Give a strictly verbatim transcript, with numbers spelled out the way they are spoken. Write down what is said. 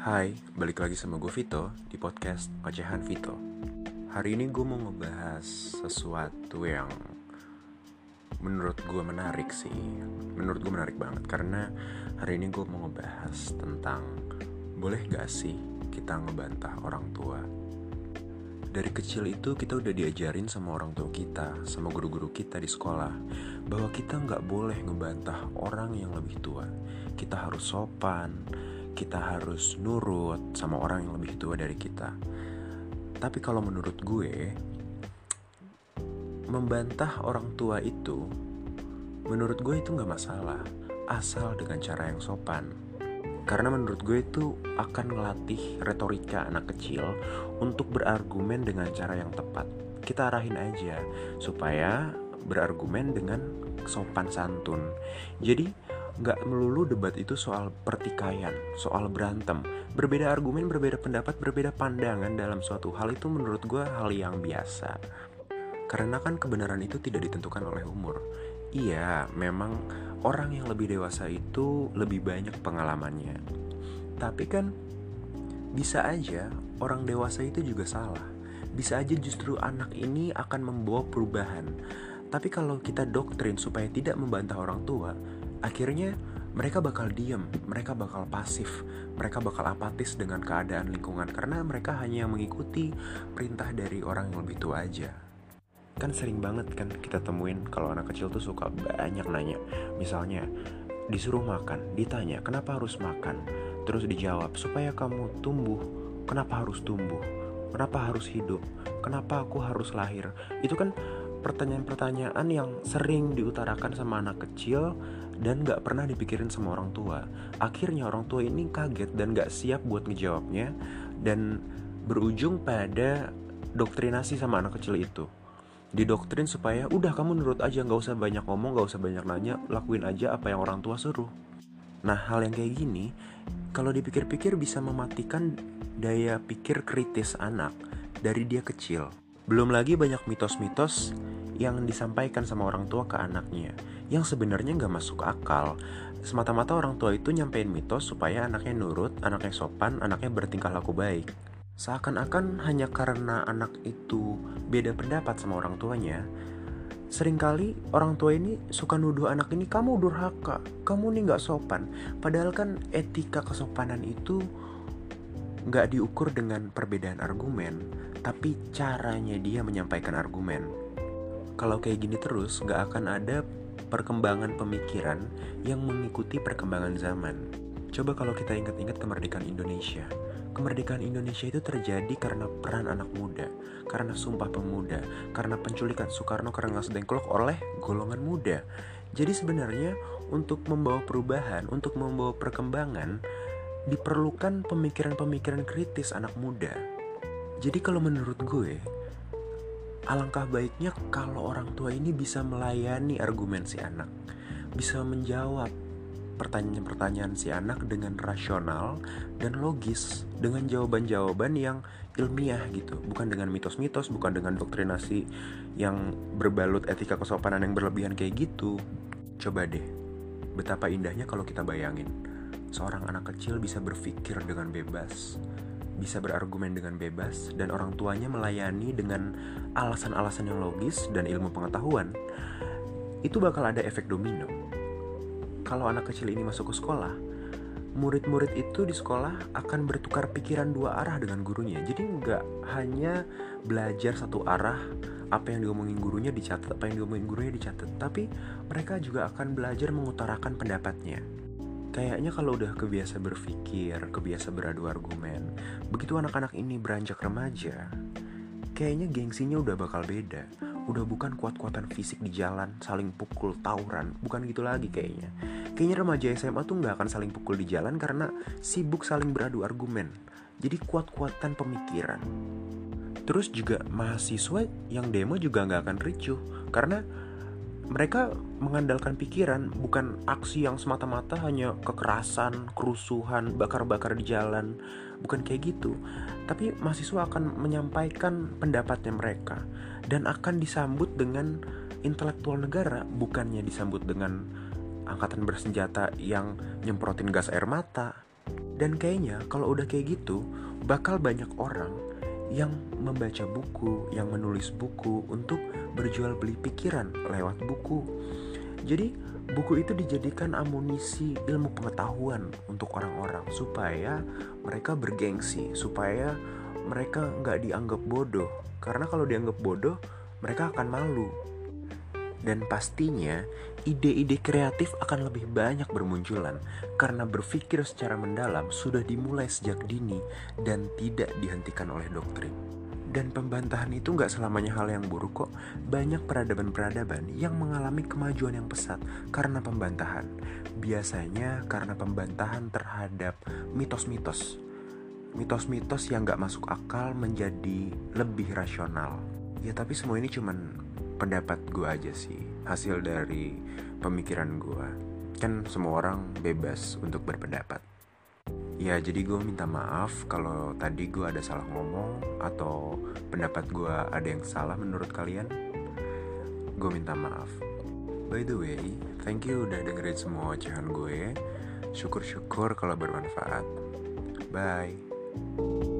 Hai, balik lagi sama gue Vito di podcast Ocehan Vito. Hari ini gue mau ngebahas sesuatu yang menurut gue menarik sih. Menurut gue menarik banget karena hari ini gue mau ngebahas tentang boleh gak sih kita ngebantah orang tua. Dari kecil itu kita udah diajarin sama orang tua kita, sama guru-guru kita di sekolah, bahwa kita gak boleh ngebantah orang yang lebih tua. Kita harus sopan, kita harus nurut sama orang yang lebih tua dari kita. Tapi kalau menurut gue, membantah orang tua itu, menurut gue itu gak masalah, asal dengan cara yang sopan. Karena menurut gue itu akan ngelatih retorika anak kecil untuk berargumen dengan cara yang tepat. Kita arahin aja supaya berargumen dengan sopan santun. Jadi gak melulu debat itu soal pertikaian, soal berantem. Berbeda argumen, berbeda pendapat, berbeda pandangan dalam suatu hal itu menurut gue hal yang biasa. Karena kan kebenaran itu tidak ditentukan oleh umur. Iya, memang orang yang lebih dewasa itu lebih banyak pengalamannya. Tapi kan bisa aja orang dewasa itu juga salah. Bisa aja justru anak ini akan membawa perubahan. Tapi kalau kita doktrin supaya tidak membantah orang tua, akhirnya mereka bakal diam, mereka bakal pasif, mereka bakal apatis dengan keadaan lingkungan karena mereka hanya mengikuti perintah dari orang yang lebih tua aja. Kan sering banget kan kita temuin kalau anak kecil tuh suka banyak nanya. Misalnya disuruh makan, ditanya kenapa harus makan, terus dijawab supaya kamu tumbuh. Kenapa harus tumbuh? Kenapa harus hidup? Kenapa aku harus lahir? Itu kan pertanyaan-pertanyaan yang sering diutarakan sama anak kecil dan gak pernah dipikirin sama orang tua. Akhirnya orang tua ini kaget dan gak siap buat ngejawabnya, dan berujung pada doktrinasi sama anak kecil itu. Didoktrin supaya udah kamu nurut aja, gak usah banyak ngomong, gak usah banyak nanya, lakuin aja apa yang orang tua suruh. Nah, hal yang kayak gini kalau dipikir-pikir bisa mematikan daya pikir kritis anak dari dia kecil. Belum lagi banyak mitos-mitos yang disampaikan sama orang tua ke anaknya yang sebenarnya gak masuk akal. Semata-mata orang tua itu nyampein mitos supaya anaknya nurut, anaknya sopan, anaknya bertingkah laku baik. Seakan-akan hanya karena anak itu beda pendapat sama orang tuanya, seringkali orang tua ini suka nuduh anak ini, kamu durhaka, kamu nih gak sopan. Padahal kan etika kesopanan itu gak diukur dengan perbedaan argumen, tapi caranya dia menyampaikan argumen. Kalau kayak gini terus, gak akan ada perkembangan pemikiran yang mengikuti perkembangan zaman. Coba kalau kita ingat-ingat kemerdekaan Indonesia. Kemerdekaan Indonesia itu terjadi karena peran anak muda, karena Sumpah Pemuda, karena penculikan Soekarno Karengas Dengklok oleh golongan muda. Jadi sebenarnya untuk membawa perubahan, untuk membawa perkembangan, diperlukan pemikiran-pemikiran kritis anak muda. Jadi kalau menurut gue, alangkah baiknya kalau orang tua ini bisa melayani argumen si anak, bisa menjawab pertanyaan-pertanyaan si anak dengan rasional dan logis, dengan jawaban-jawaban yang ilmiah gitu, bukan dengan mitos-mitos, bukan dengan doktrinasi yang berbalut etika kesopanan yang berlebihan kayak gitu. Coba deh, betapa indahnya kalau kita bayangin seorang anak kecil bisa berpikir dengan bebas, bisa berargumen dengan bebas, dan orang tuanya melayani dengan alasan-alasan yang logis dan ilmu pengetahuan. Itu bakal ada efek domino. Kalau anak kecil ini masuk ke sekolah, murid-murid itu di sekolah akan bertukar pikiran dua arah dengan gurunya. Jadi nggak hanya belajar satu arah, apa yang diomongin gurunya dicatat, apa yang diomongin gurunya dicatat, tapi mereka juga akan belajar mengutarakan pendapatnya. Kayaknya kalau udah kebiasa berpikir, kebiasa beradu argumen, begitu anak-anak ini beranjak remaja, kayaknya gengsinya udah bakal beda. Udah bukan kuat-kuatan fisik di jalan, saling pukul, tawuran, bukan gitu lagi kayaknya. Kayaknya remaja S M A tuh gak akan saling pukul di jalan karena sibuk saling beradu argumen. Jadi kuat-kuatan pemikiran. Terus juga mahasiswa yang demo juga gak akan ricuh, karena mereka mengandalkan pikiran, bukan aksi yang semata-mata hanya kekerasan, kerusuhan, bakar-bakar di jalan. Bukan kayak gitu. Tapi mahasiswa akan menyampaikan pendapatnya mereka dan akan disambut dengan intelektual negara, bukannya disambut dengan angkatan bersenjata yang nyemprotin gas air mata. Dan kayaknya kalau udah kayak gitu, bakal banyak orang yang membaca buku, yang menulis buku untuk berjual beli pikiran lewat buku. Jadi buku itu dijadikan amunisi ilmu pengetahuan untuk orang-orang supaya mereka bergengsi, supaya mereka nggak dianggap bodoh. Karena kalau dianggap bodoh, mereka akan malu. Dan pastinya ide-ide kreatif akan lebih banyak bermunculan karena berpikir secara mendalam sudah dimulai sejak dini dan tidak dihentikan oleh doktrin. Dan pembantahan itu gak selamanya hal yang buruk kok. Banyak peradaban-peradaban yang mengalami kemajuan yang pesat karena pembantahan. Biasanya karena pembantahan terhadap mitos-mitos. Mitos-mitos yang gak masuk akal menjadi lebih rasional. Ya tapi semua ini cuman pendapat gue aja sih, hasil dari pemikiran gue. Kan semua orang bebas untuk berpendapat. Ya jadi gue minta maaf kalau tadi gue ada salah ngomong atau pendapat gue ada yang salah menurut kalian. Gue minta maaf. By the way, thank you udah dengerin semua ocehan gue. Syukur-syukur kalau bermanfaat. Bye.